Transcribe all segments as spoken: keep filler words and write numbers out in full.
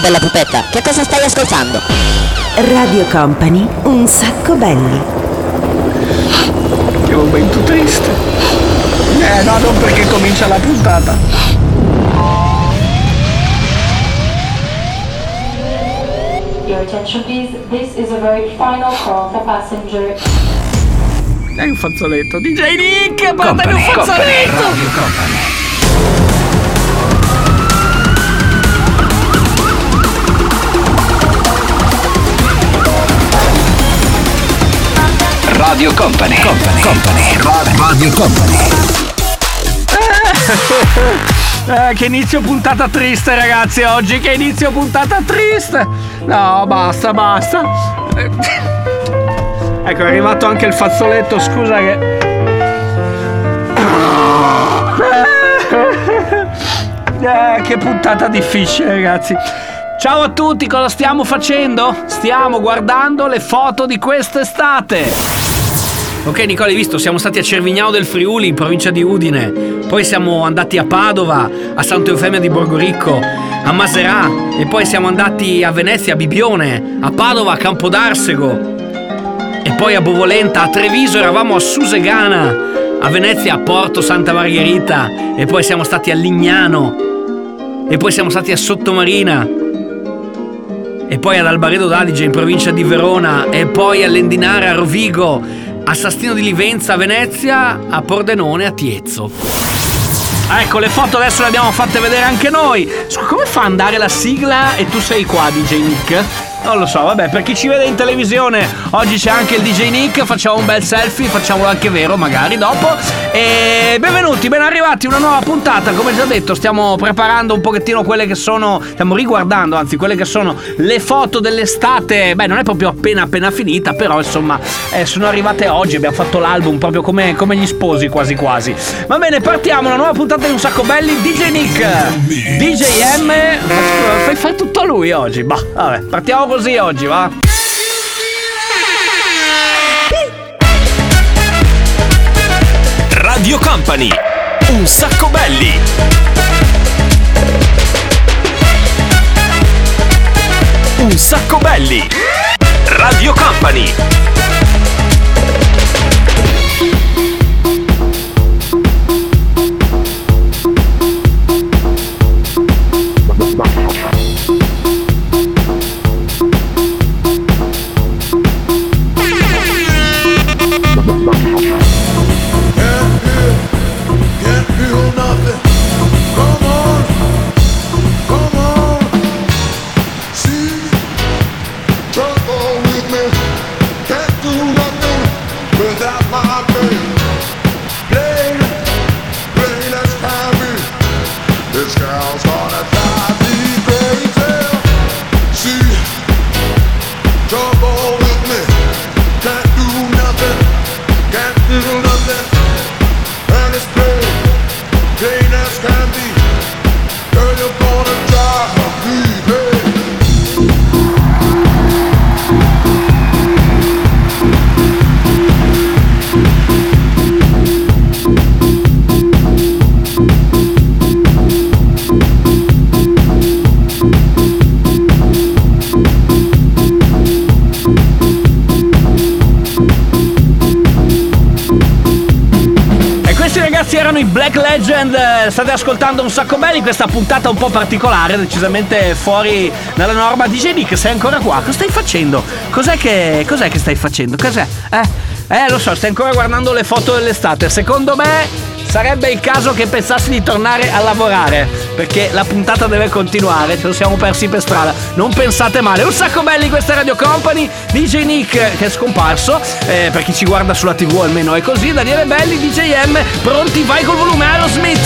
bella pupetta, che cosa stai ascoltando? Radio Company, un sacco belli. Che momento triste. Eh no, non perché comincia la puntata. Your attention please, this is a very final call for passenger. Dai un fazzoletto. D J Nick, portami un fazzoletto. Radio Company. Radio Company. Company. Company. Radio Company. Eh, che inizio puntata triste, ragazzi, oggi. Che inizio puntata triste. No, basta, basta. Ecco, è arrivato anche il fazzoletto, scusa che... Eh, che puntata difficile, ragazzi. Ciao a tutti, cosa stiamo facendo? Stiamo guardando le foto di quest'estate. Ok Nicola, hai visto? Siamo stati a Cervignano del Friuli, in provincia di Udine. Poi siamo andati a Padova, a Santo Eufemio di Borgoricco, a Maserà. E poi siamo andati a Venezia, a Bibione, a Padova, a Campodarsego. E poi a Bovolenta, a Treviso eravamo a Susegana, a Venezia a Porto Santa Margherita. E poi siamo stati a Lignano. E poi siamo stati a Sottomarina. E poi ad Albaredo d'Adige in provincia di Verona. E poi a Lendinare, a Rovigo, a Sastino di Livenza, a Venezia, a Pordenone, a Tiezzo. Ecco, le foto adesso le abbiamo fatte vedere anche noi. Come fa ad andare la sigla e tu sei qua, D J Nick? Non lo so, vabbè, per chi ci vede in televisione, oggi c'è anche il D J Nick, facciamo un bel selfie, facciamolo anche vero magari dopo. E benvenuti, ben arrivati, una nuova puntata. Come già detto, stiamo preparando un pochettino quelle che sono, stiamo riguardando anzi quelle che sono le foto dell'estate. Beh, non è proprio appena appena finita, però insomma eh, sono arrivate oggi, abbiamo fatto l'album proprio come, come gli sposi quasi quasi. Va bene, partiamo, una nuova puntata di Un Sacco Belli. D J Nick, D J M, fai, fai tutto a lui oggi. Bah, vabbè, partiamo così oggi, va? Radio Company, Un Sacco Belli. Un Sacco Belli. Radio Company. Erano i Black Legend, state ascoltando Un Sacco Belli, questa puntata un po' particolare, decisamente fuori dalla norma. D J Nick, sei ancora qua? Cosa stai facendo? Cos'è che, cos'è che stai facendo? Cos'è? Eh, eh, lo so, stai ancora guardando le foto dell'estate. Secondo me sarebbe il caso che pensassi di tornare a lavorare, perché la puntata deve continuare, ce lo siamo persi per strada. Non pensate male. Un Sacco Belli, questa è Radio Company. D J Nick che è scomparso, eh, per chi ci guarda sulla tivù almeno è così. Daniele Belli, D J M, pronti, vai col volume. Aerosmith.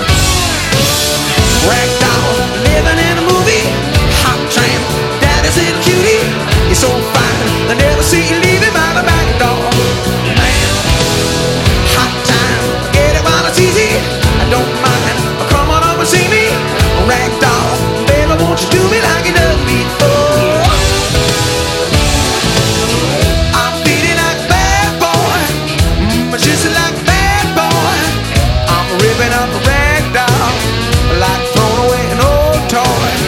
Ragdown, living in a movie, hot tramp, daddy's a cutie, you're so fine, I never see you leaving by the back door. Man, hot time, forget it while it's easy, I don't mind, come on over and see me. Ragdown, baby, won't you do me like you done before? I'm feeling like a bad boy, mm, just like a bad boy. I'm ripping up a ragdoll, like throwing away an old toy.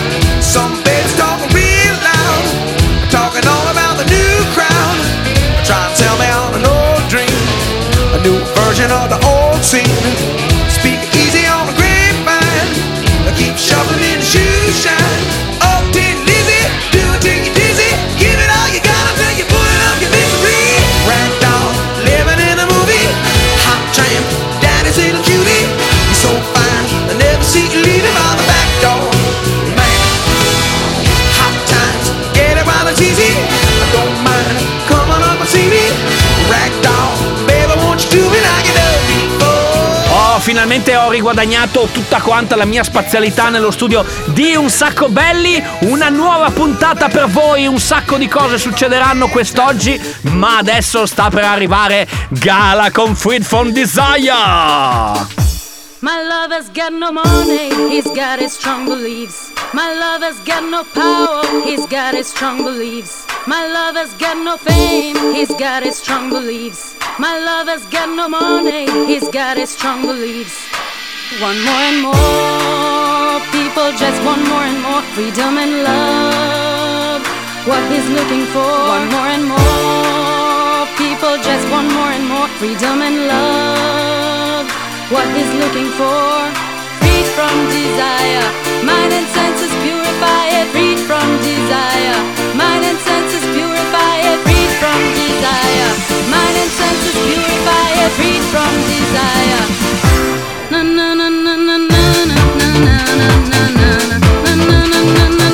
finalmente ho riguadagnato tutta quanta la mia spazialità nello studio di Un Sacco Belli. Una nuova puntata per voi, un sacco di cose succederanno quest'oggi, ma adesso sta per arrivare Gala con Freed from Desire. My lover's got no money, he's got his strong beliefs. My lover's got no power, he's got his strong beliefs. My lover's got no fame, he's got his strong beliefs. My lover's got no money, he's got his strong beliefs. One more and more, people just want more and more freedom and love. What he's looking for, one more and more, people just want more and more freedom and love. What he's looking for, freed from desire, mind and senses purify it, freed from desire, mind and senses purify it, freed from desire, mind and senses purify it, freed from desire. Na na na na na na na na na na na na na na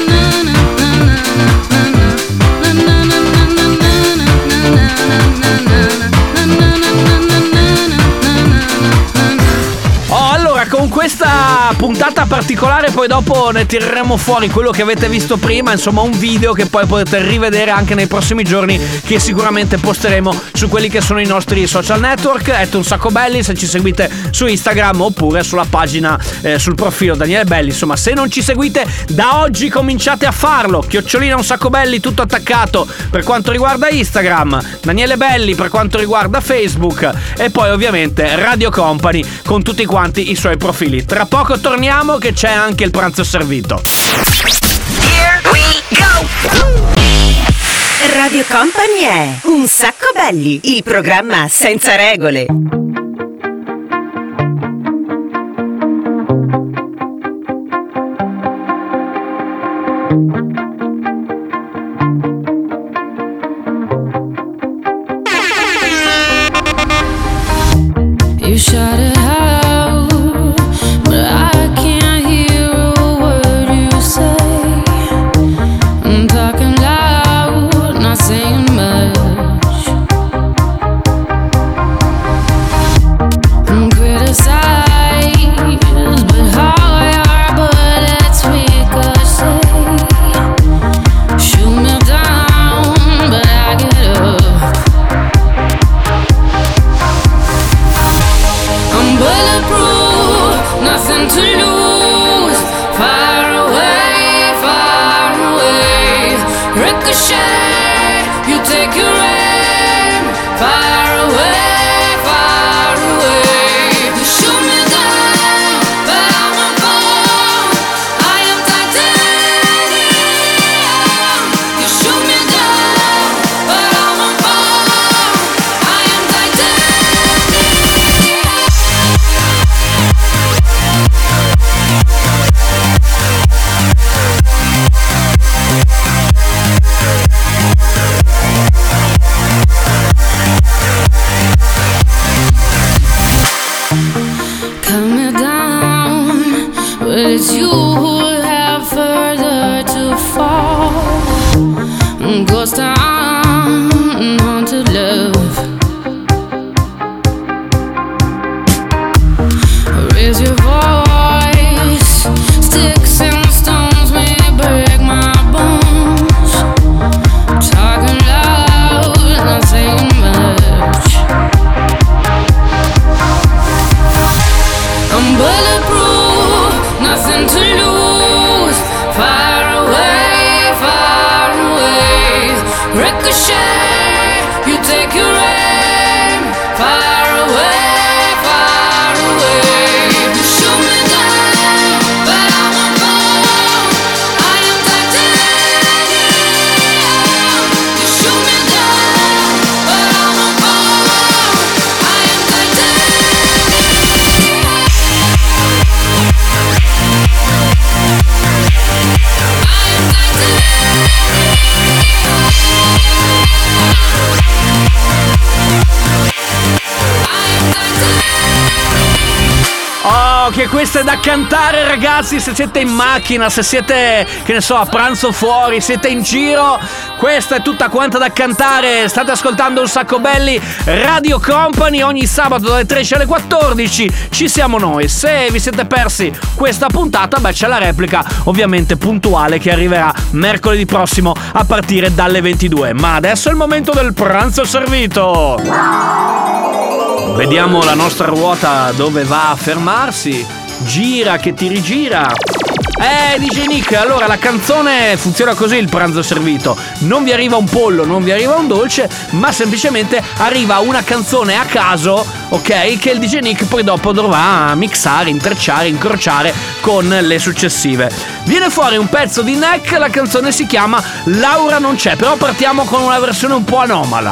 con questa puntata particolare poi dopo ne tireremo fuori quello che avete visto prima, insomma un video che poi potete rivedere anche nei prossimi giorni, che sicuramente posteremo su quelli che sono i nostri social network. È Un Sacco Belli se ci seguite su Instagram, oppure sulla pagina eh, sul profilo Daniele Belli. Insomma, se non ci seguite, da oggi cominciate a farlo. Chiocciolina Un Sacco Belli tutto attaccato per quanto riguarda Instagram, Daniele Belli per quanto riguarda Facebook, e poi ovviamente Radio Company con tutti quanti i suoi profili. Tra poco torniamo che c'è anche il pranzo servito. Here we go! Radio Company è Un Sacco Belli, il programma senza regole. You shot it out, but I can't hear a word you say. I'm talking loud, not saying much. I'm criticized, but how your bullets ricochet. Shoot me down, but I get up. I'm bulletproof, nothing to lose. Far away, far away. Ricochet, you take your aim. Far away, far away. You shoot me down, but I won't fall. I am titanium. You shoot me down, but I won't fall. I am titanium. Cut me down, but it's you who have further to fall. Ghost town, haunted love. Raise your voice, sticks and stones may break my bones. Talking loud, not saying much. I'm bulletproof, nothing to lose. Far away, far away. Ricochet, you take your aim. Far away, far away. You shoot me down, but I won't fall. I am titanium. You shoot me down, but I won't fall. I am titanium. I am titanium. questa è da cantare, ragazzi. Se siete in macchina, se siete, che ne so, a pranzo fuori, siete in giro, questa è tutta quanta da cantare. State ascoltando Un Sacco Belli, Radio Company. Ogni sabato dalle tredici alle quattordici ci siamo noi. Se vi siete persi questa puntata, beh, c'è la replica ovviamente puntuale che arriverà mercoledì prossimo a partire dalle ventidue. Ma adesso è il momento del pranzo servito. Vediamo la nostra ruota dove va a fermarsi. Gira che ti rigira. Eh, D J Nick, allora la canzone funziona così, il pranzo servito. Non vi arriva un pollo, non vi arriva un dolce, ma semplicemente arriva una canzone a caso, ok? Che il D J Nick poi dopo dovrà mixare, intrecciare, incrociare con le successive. Viene fuori un pezzo di Neck, la canzone si chiama Laura non c'è, però partiamo con una versione un po' anomala.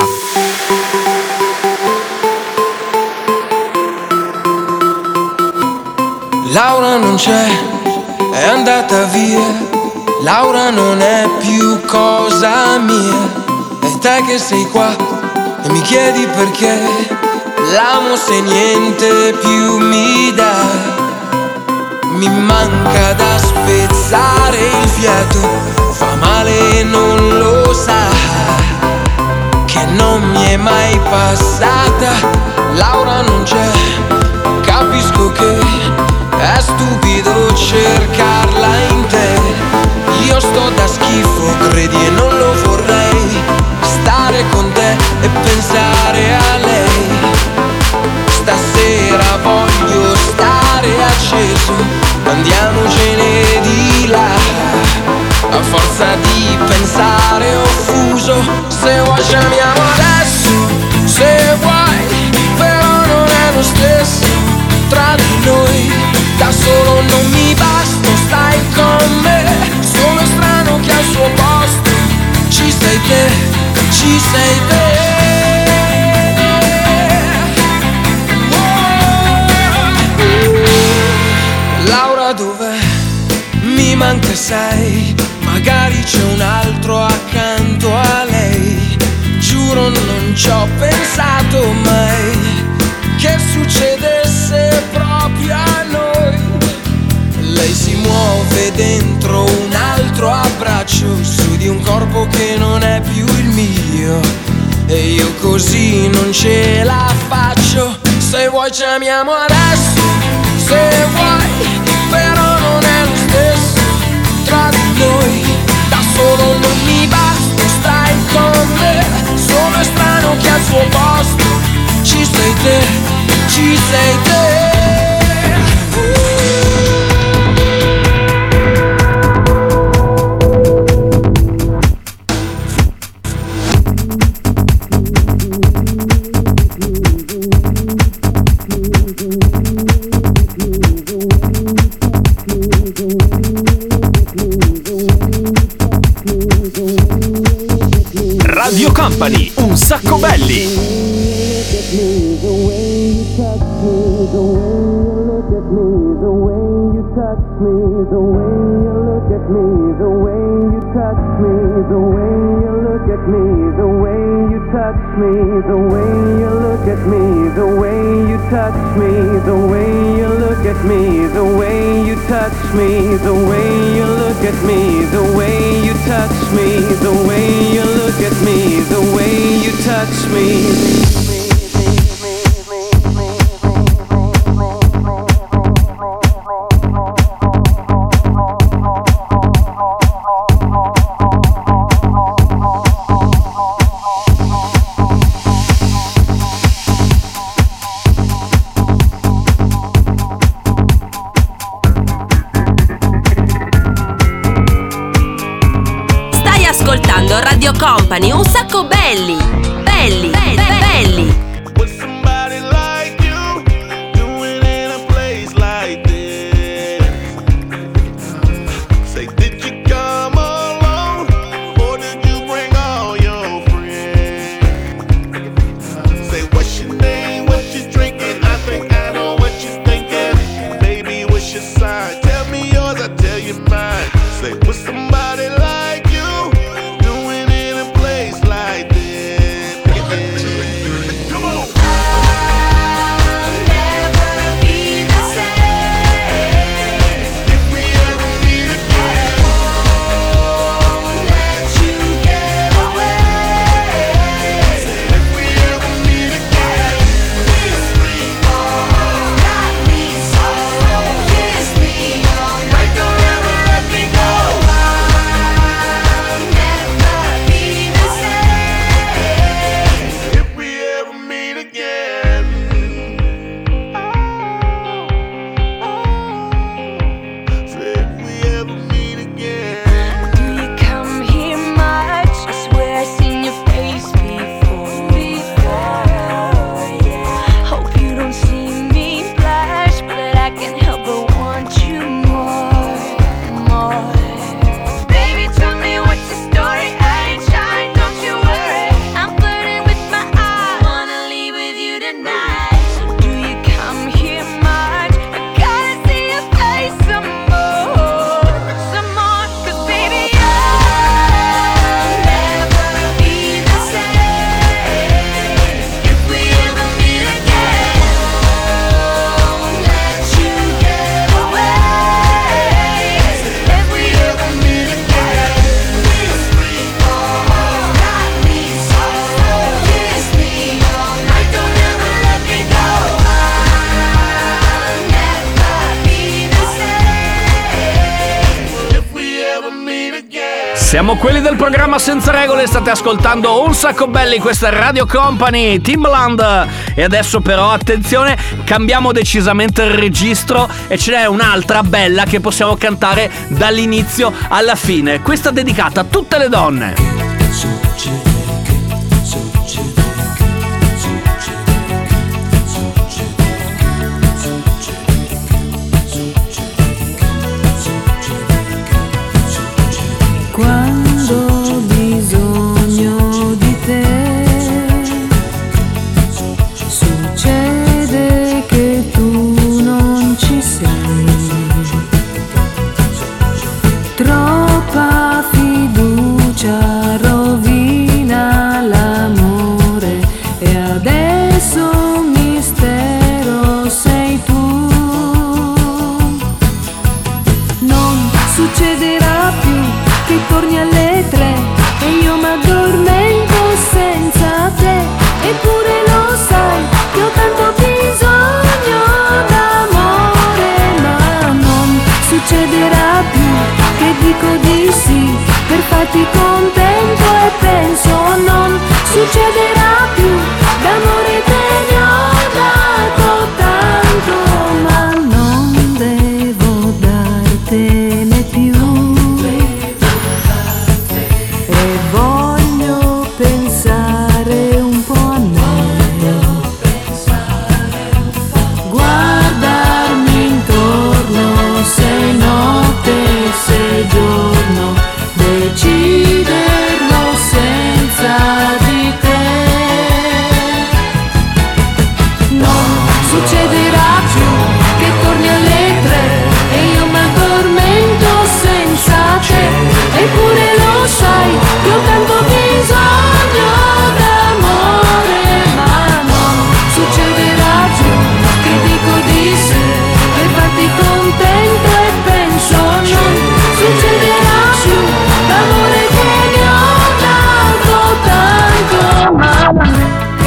Laura non c'è, è andata via. Laura non è più cosa mia. E te che sei qua e mi chiedi perché. L'amo se niente più mi dà. Mi manca da spezzare il fiato. Fa male e non lo sa, che non mi è mai passata. Laura non c'è, capisco che è stupido cercarla in te. Io sto da schifo, credi e non lo vorrei. Stare con te e pensare a lei. Stasera voglio stare acceso. Andiamocene di là. A forza di pensare ho fuso. Se vuoi chiamiamo adesso, se vuoi. Però non è lo stesso tra di noi. Da solo non mi basta, stai con me. Sono strano che al suo posto ci sei te, ci sei te. Oh. Laura dov'è? Mi manca sei. Magari c'è un altro accanto a lei. Giuro non ci ho pensato mai che succedesse proprio a noi. Lei si muove dentro un altro abbraccio, su di un corpo che non è più il mio. E io così non ce la faccio. Se vuoi chiamiamo adesso, se vuoi. Però non è lo stesso tra di noi. Da solo non mi basta, stai con me. Sono strano che al suo posto ci sei te, ci sei te. Radio Company, Un Sacco Belli. Ascoltando Radio Company, Un Sacco Belli, belli, belli, belli. Somebody like you doing it in a place like this. Siamo quelli del programma Senza Regole, state ascoltando Un Sacco Belli, questa è Radio Company, Timbaland. E adesso però, attenzione, cambiamo decisamente il registro e ce n'è un'altra bella che possiamo cantare dall'inizio alla fine. Questa dedicata a tutte le donne. Quando ho bisogno di te, succede che tu non ci sei. Troppa fiducia rovina l'amore e adesso un mistero sei tu. Non succederà più che torni alle tre e io m'addormento senza te. Eppure lo sai che ho tanto bisogno d'amore, ma non succederà più che dico di sì per farti contento e penso non succederà più. D'amore te ne ho dato tanto, ma non devo dartene più. Voglio pensare un po' a me, guardarmi intorno, se notte, se giorno, deciderlo senza di te. Non succederà più che torni alle tre e io m'addormento senza te. Eppure lo sai, io ho tanto bisogno d'amore, ma non succederà più che dico di sì per farti contento e penso non succederà più. D'amore che ne ho dato tanto, ma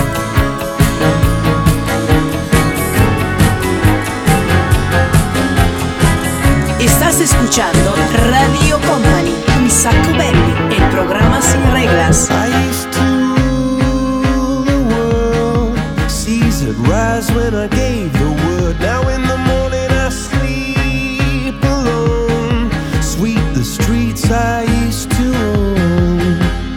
Estás escuchando Radio Company, Un Sacco Belli, el programa sin reglas. I used to rule the world, seas would rise when I gave the word. Now in the morning I sleep alone, sweep the streets I used to own.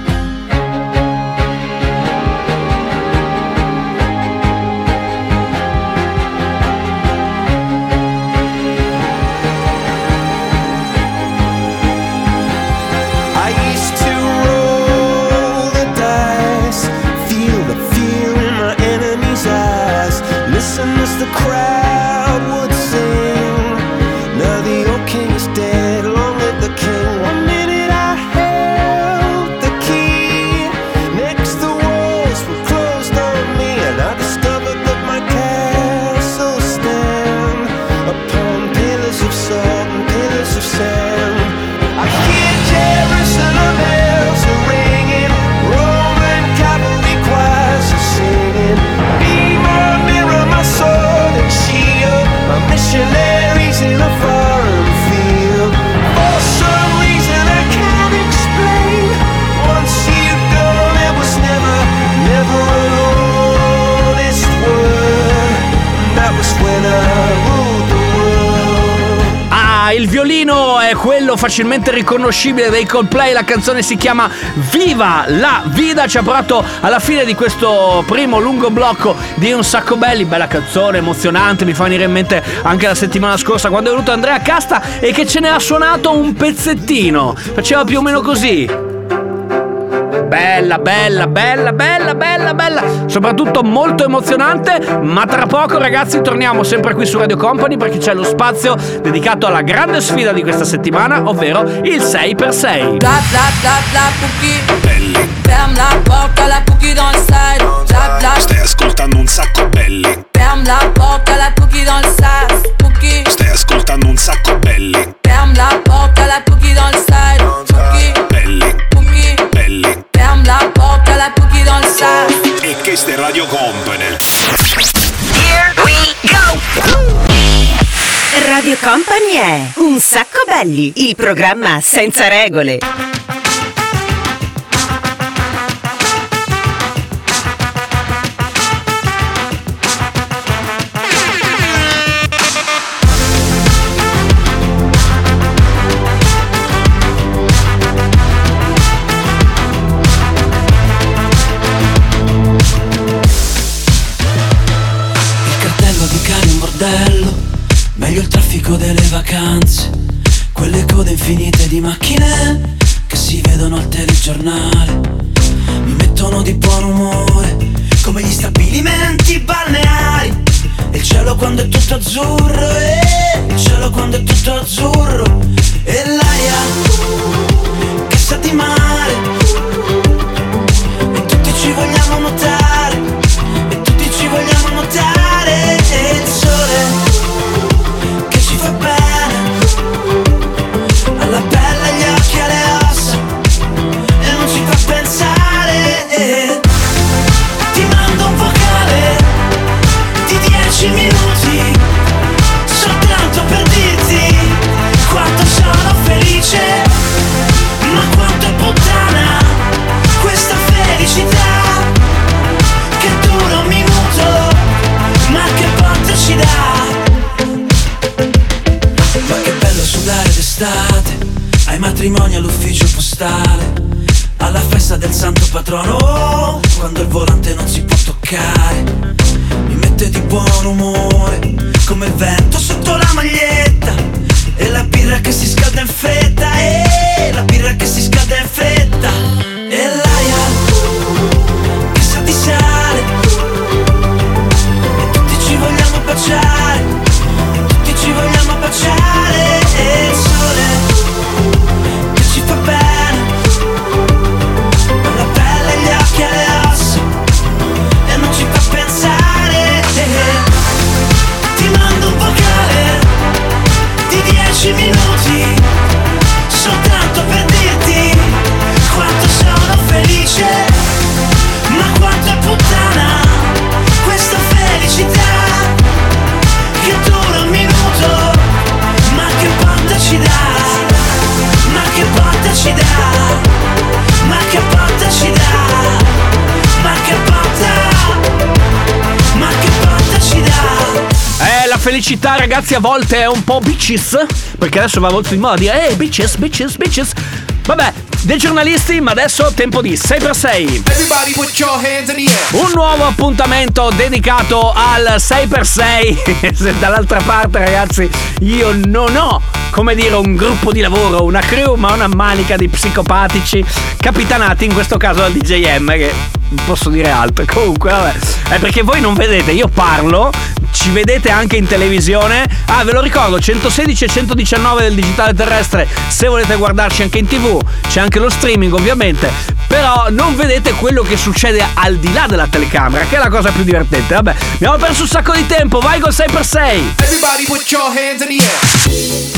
I used to roll the dice, feel the fear in my enemy's eyes, listen as the crowd would sing. Now the old king is dead, long live the king. One minute I held the key, next the walls were closed on me, and I discovered that my castle stand upon pillars of salt and pillars of sand. I hear Jerusalem bells are ringing, Roman cavalry choirs are singing. Be my mirror, my sword and shield, my missionaries in a foreign field. For some reason I can't explain, once you've gone it was never, never an honest word. That was when I ruled the world. Ah, il violino è quello facilmente riconoscibile dei Coldplay, la canzone si chiama Viva la Vida, ci ha portato alla fine di questo primo lungo blocco di Un Sacco Belli. Bella canzone, emozionante, mi fa venire in mente anche la settimana scorsa quando è venuto Andrea Casta e che ce ne ha suonato un pezzettino, faceva più o meno così. Bella, bella, bella, bella, bella, bella, soprattutto molto emozionante. Ma tra poco, ragazzi, torniamo sempre qui su Radio Company perché c'è lo spazio dedicato alla grande sfida di questa settimana, ovvero il sei per sei. Clap, clap, clap, clap, cookie. Belli. Ferme la porta, la cookie dans le side. Clap, clap. Stai ascoltando Un Sacco Belli. Ferme la porta, la cookie dans le side. Cookie. Stai ascoltando Un Sacco Belli. Ferme la porta, la cookie dans le side. Cookie. Belli. Cookie. Belli. Ferme la porta, la cookie dans le side. E questa è Radio Company. Here we go! Radio Company è Un Sacco Belli, il programma senza regole. infinite di macchine che si vedono al telegiornale. Mi mettono di buon umore come gli stabilimenti balneari. E il cielo quando è tutto azzurro, e il cielo quando è tutto azzurro. E l'aria che sa di mare. E tutti ci vogliamo nuotare, e tutti ci vogliamo nuotare. E il sole che ci fa bene alla pelle, agli occhi, alle ossa, e non ci fa pensare. E ti mando un vocale di dieci minuti soltanto per dirti quanto sono felice, ma quanto è puttana questa felicità che dura un minuto, ma che botta ci dà. Ma che bello sudare d'estate, ai matrimoni all'ufficio postale, alla festa del santo patrono, oh, quando il volante non si può toccare. Mi mette di buon umore come il vento sotto la maglietta, e la birra che si scalda in fretta, e la birra che si scalda in fretta. E l'aria che sa di sale, e tutti ci vogliamo baciare, e tutti ci vogliamo baciare. E il sole che ci fa bene alla pelle, agli occhi, alle ossa, e non ci fa pensare. Ti mando un vocale di dieci minuti soltanto per dirti quanto sono felice, ma quanto è puttana questa felicità che dura un minuto, ma che botta ci dà, ma che botta ci dà, ma che botta ci dà, ma che botta, ma che botta ci dà. Eh, la felicità, ragazzi, a volte è un po' bitches, perché adesso va molto di moda dire eh, bitches, bitches, bitches. Vabbè, dei giornalisti, ma adesso tempo di sei per sei. Everybody put your hands in the air. Un nuovo appuntamento dedicato al sei per sei. Se dall'altra parte, ragazzi, io non ho, come dire, un gruppo di lavoro, una crew, ma una manica di psicopatici capitanati in questo caso dal D J M, che non posso dire altro. Comunque, vabbè, è perché voi non vedete, io parlo, ci vedete anche in televisione. Ah, ve lo ricordo, centosedici e centodiciannove del digitale terrestre, se volete guardarci anche in tv. C'è anche lo streaming, ovviamente, però non vedete quello che succede al di là della telecamera, che è la cosa più divertente. Vabbè, abbiamo perso un sacco di tempo, vai col sei per sei. Everybody put your hands in the air.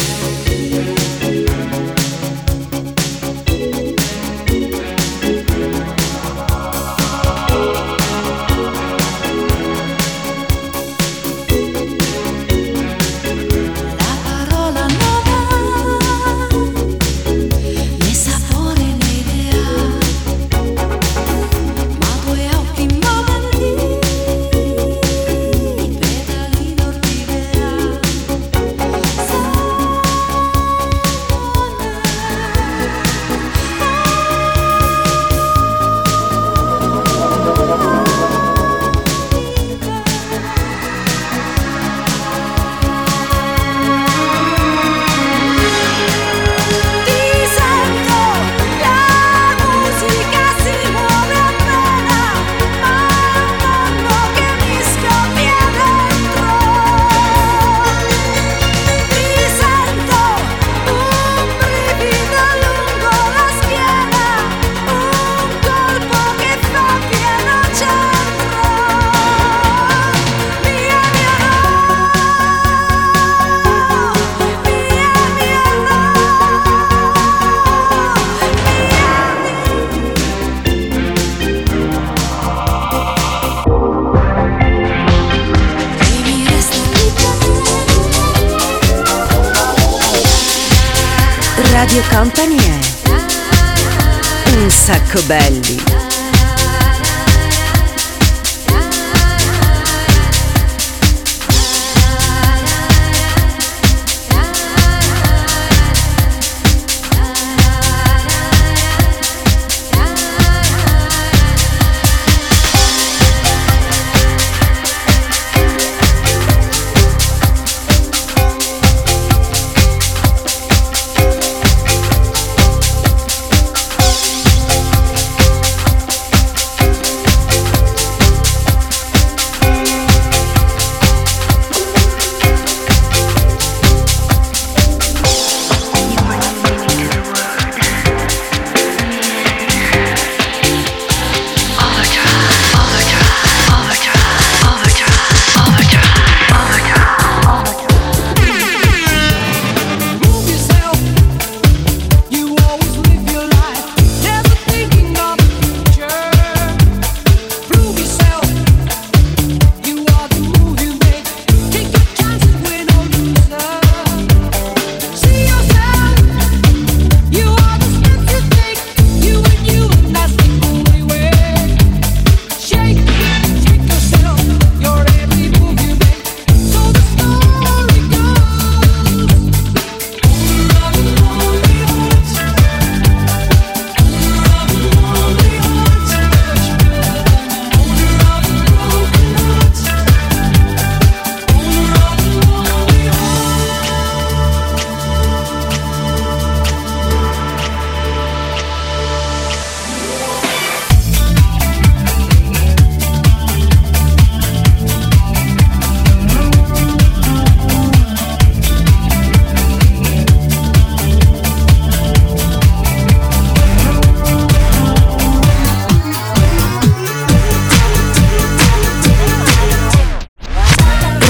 Radio Company è Un Sacco Belli.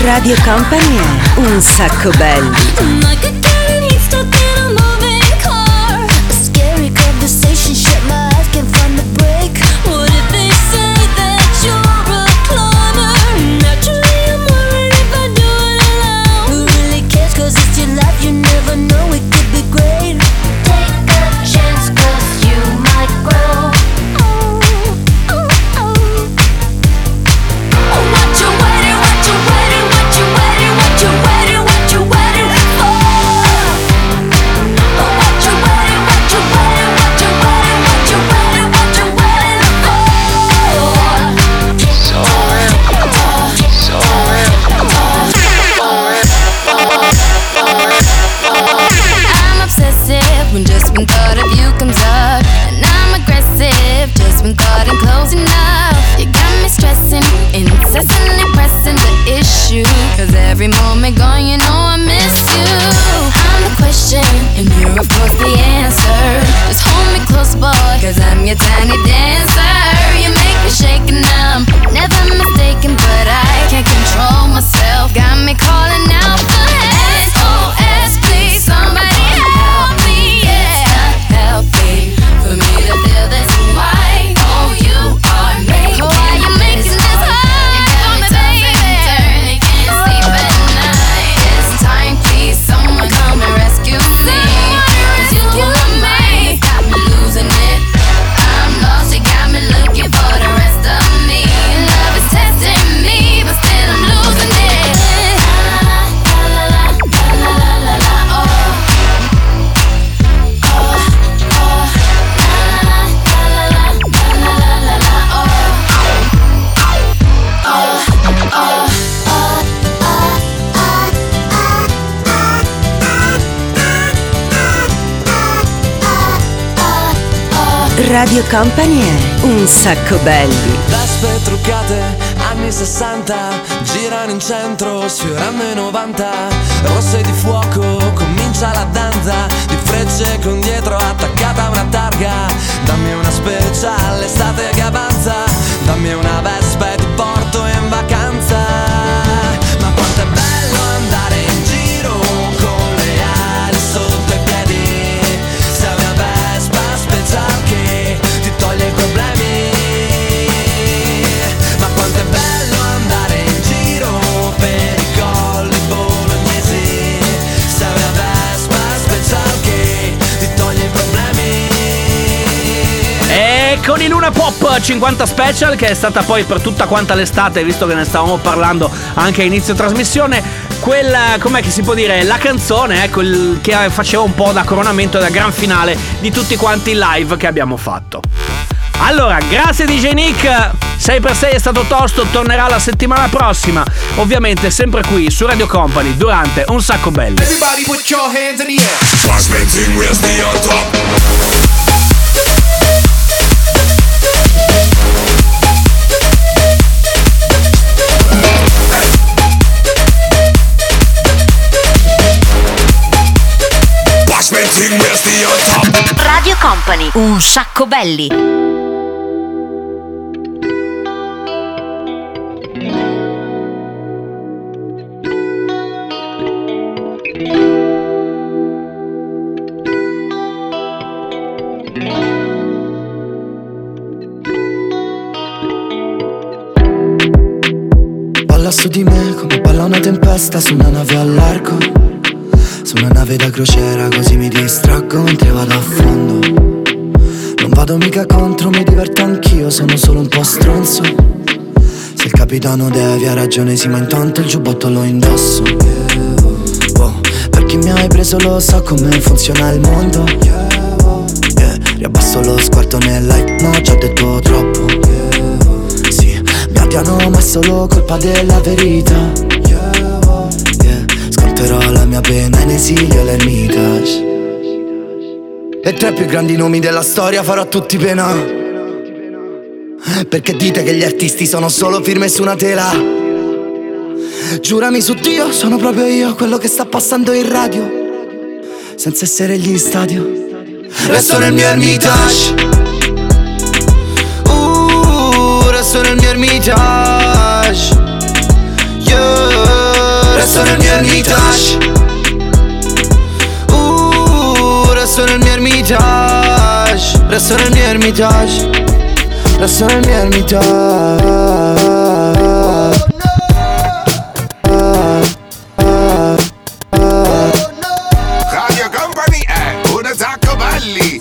Radio Company è un sacco belli. Every moment gone, you know I miss you. I'm the question, and you're of course the answer. Just hold me close, boy, cause I'm your tiny dancer. You make me shake and I'm never mistaken, but I can't control myself. Got me calling out for S O S, please somebody help me. Yeah, it's not healthy for me to feel this way. Oh, you are making Why you making this hard? Radio Company è un sacco belli. Vespe truccate, anni sessanta, girano in centro, sfiorando i novanta. Rosse di fuoco, comincia la danza, di frecce con dietro attaccata una targa. Dammi una speciale, estate che avanza, dammi una vespa e ti porto in vacanza. Ma quanto è bello andare in giro con le ali sotto i piedi. Sei una vespa speciale che ti toglie i problemi. Ma quanto è bello andare in giro per i colli bolognesi. Sei una vespa speciale che ti toglie i problemi. E con il Luna Pop cinquanta Special, che è stata poi per tutta quanta l'estate, visto che ne stavamo parlando anche a inizio trasmissione, quella, com'è che si può dire, la canzone, ecco, il, che faceva un po' da coronamento, da gran finale di tutti quanti i live che abbiamo fatto. Allora, grazie D J Nick, sei per sei è stato tosto, tornerà la settimana prossima, ovviamente sempre qui su Radio Company durante Un Sacco Belli. Everybody put your hands in the air. Transmitting with the on top. Radio Company, Un Sacco Belli. Balla su di me come balla una tempesta su una nave al largo. Su una nave da crociera, così mi distraggo mentre vado a fondo. Non vado mica contro, mi diverto anch'io, sono solo un po' stronzo. Se il capitano Devi ha ragione, sì, ma intanto il giubbotto lo indosso. Oh, per chi mi hai preso lo so come funziona il mondo. Yeah, riabbasso lo sguardo nel light, no, già detto troppo. Sì, mi odiano ma è solo colpa della verità. Sconterò la mia pena in esilio all'Ermitage. E tra i più grandi nomi della storia farò tutti pena. Perché dite che gli artisti sono solo firme su una tela. Giurami su Dio, sono proprio io quello che sta passando in radio, senza essere gli in stadio. Resto nel mio Ermitage. Uh, resto nel mio Ermitage. Yeah. Hermitage. Uh, resto nel mio Hermitage. Resto nel mio Hermitage. Resto nel mio Hermitage. Radio Company è una Zacco Belli.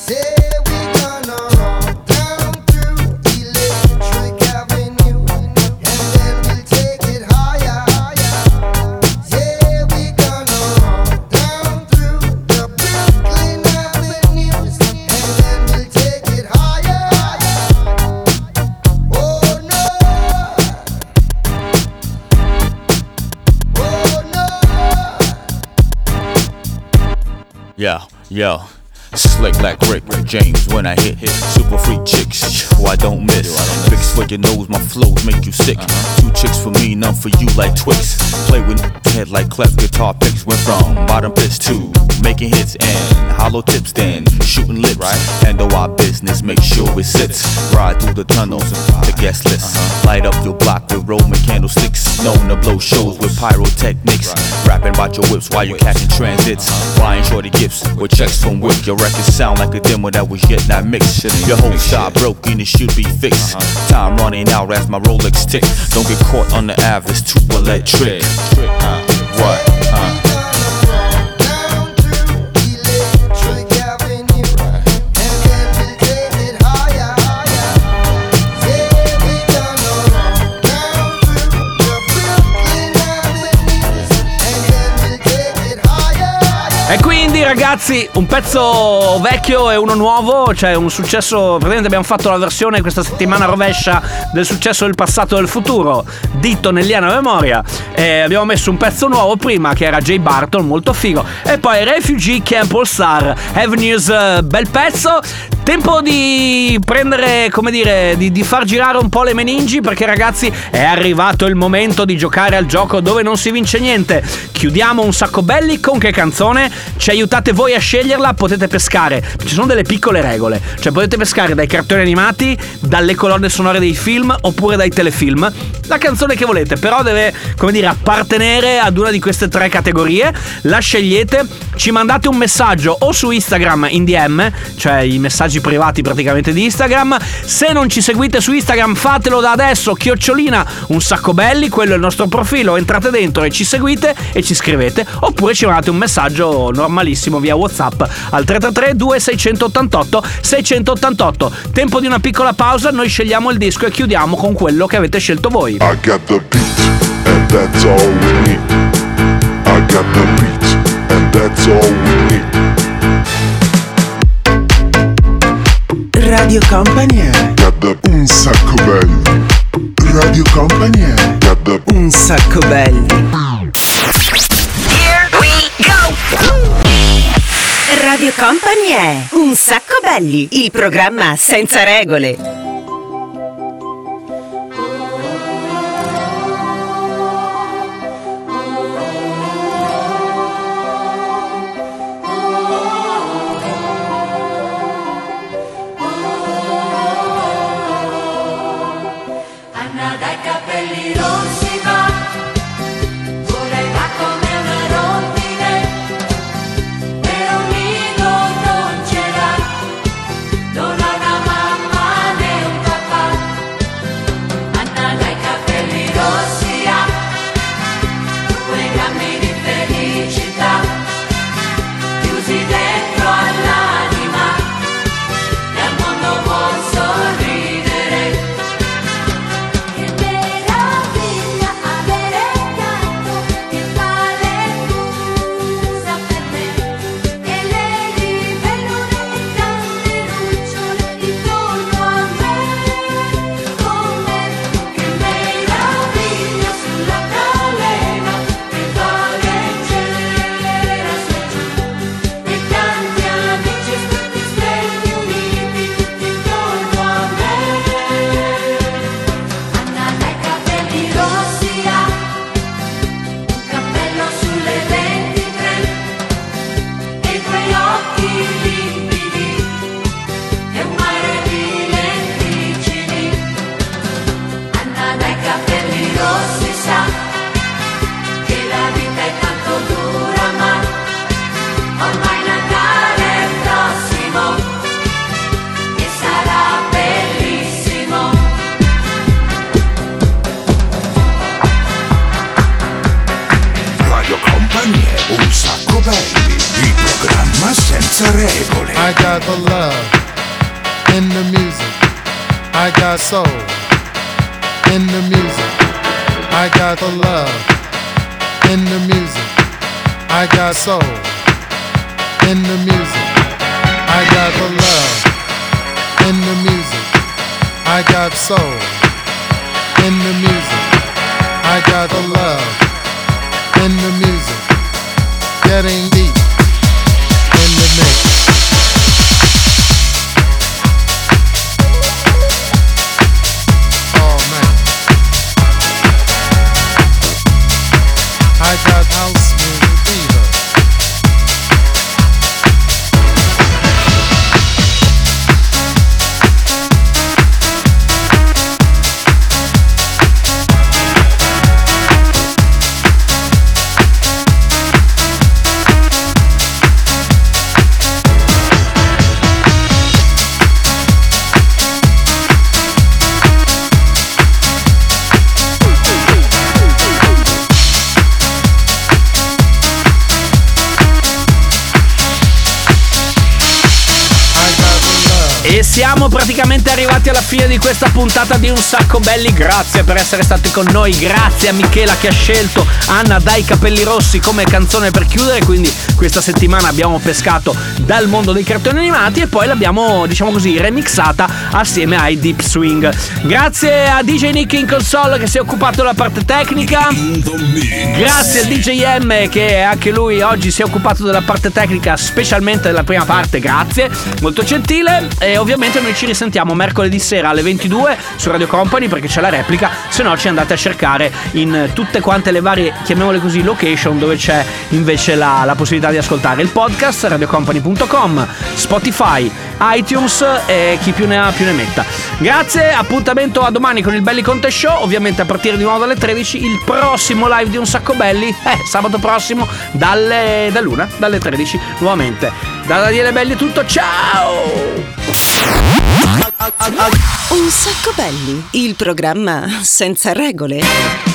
Yo, yo, slick like Rick James when I hit. Super freak chicks, who I don't miss. Fix for your nose, my flows make you sick. Two chicks for me, none for you like Twix. Play with head like clef guitar picks. Went from bottom pitch to making hits and hollow tips, then shooting lips. Handle our business, make sure it sits. Ride through the tunnels, the guest list. Light up your block with Roman candlesticks. Known to blow shows with pyrotechnics. Rapping about your whips while you're catching transits. Buying shorty gifts with checks from Wick. Your records sound like a demo that was yet not mixed. Your whole style broken, it should be fixed. Time running out as my Rolex tick. Don't get caught on the average, too electric. Uh, what? Uh. E quindi ragazzi, un pezzo vecchio e uno nuovo, cioè un successo. Praticamente abbiamo fatto la versione questa settimana rovescia del successo del passato e del futuro, ditto Nelliana Memoria. E abbiamo messo un pezzo nuovo prima che era Jay Barton, molto figo. E poi Refugee Camp All Star Avenues, uh, bel pezzo. Tempo di prendere, come dire, di, di far girare un po' le meningi, perché ragazzi è arrivato il momento di giocare al gioco dove non si vince niente. Chiudiamo un sacco belli con che canzone? Ci aiutate voi a sceglierla, potete pescare. Ci sono delle piccole regole, cioè potete pescare dai cartoni animati, dalle colonne sonore dei film oppure dai telefilm. La canzone che volete, però deve, come dire, appartenere ad una di queste tre categorie. La scegliete, ci mandate un messaggio o su Instagram in D M, cioè i messaggi privati praticamente di Instagram. Se non ci seguite su Instagram, fatelo da adesso, chiocciolina un sacco belli, quello è il nostro profilo, entrate dentro e ci seguite e ci scrivete, oppure ci mandate un messaggio normalissimo via WhatsApp al tre tre tre due sei otto otto sei otto otto. Tempo di una piccola pausa, noi scegliamo il disco e chiudiamo con quello che avete scelto voi. I got the beat and that's all we need. I got the beat and that's all we need. Radio Company Got the un sacco belli. Radio Company Got the un sacco belli. Here we go. Radio Company è Un sacco belli, il programma senza regole. Che meraviglia! senza regole. I got the love in the music. I got soul in the music. I got the love in the music. I got soul in the music. I got the love in the music. I got soul in the music. I got the love in the music. Getting deep in the mix. Oh man, I got house music fever. E siamo praticamente arrivati alla fine di questa puntata di Un Sacco Belli. Grazie per essere stati con noi, grazie a Michela che ha scelto Anna dai capelli rossi come canzone per chiudere. Quindi questa settimana abbiamo pescato dal mondo dei cartoni animati e poi l'abbiamo, diciamo così, remixata assieme ai Deep Swing. Grazie a D J Nick in console che si è occupato della parte tecnica. Grazie al D J M che anche lui oggi si è occupato della parte tecnica, specialmente della prima parte. Grazie, molto gentile. E ovviamente noi ci risentiamo mercoledì sera alle ventidue su Radio Company, perché c'è la replica. Se no ci andate a cercare in tutte quante le varie, chiamiamole così, location dove c'è invece la, la possibilità di ascoltare il podcast. radiocompany punto com, Spotify, iTunes e chi più ne ha più ne metta. Grazie, appuntamento a domani con il Belli Conte Show, ovviamente a partire di nuovo dalle tredici. Il prossimo live di Un Sacco Belli eh, sabato prossimo dalle dall'una, dalle tredici nuovamente. Da Daniele Belli è tutto, ciao! Un Sacco Belli, il programma senza regole.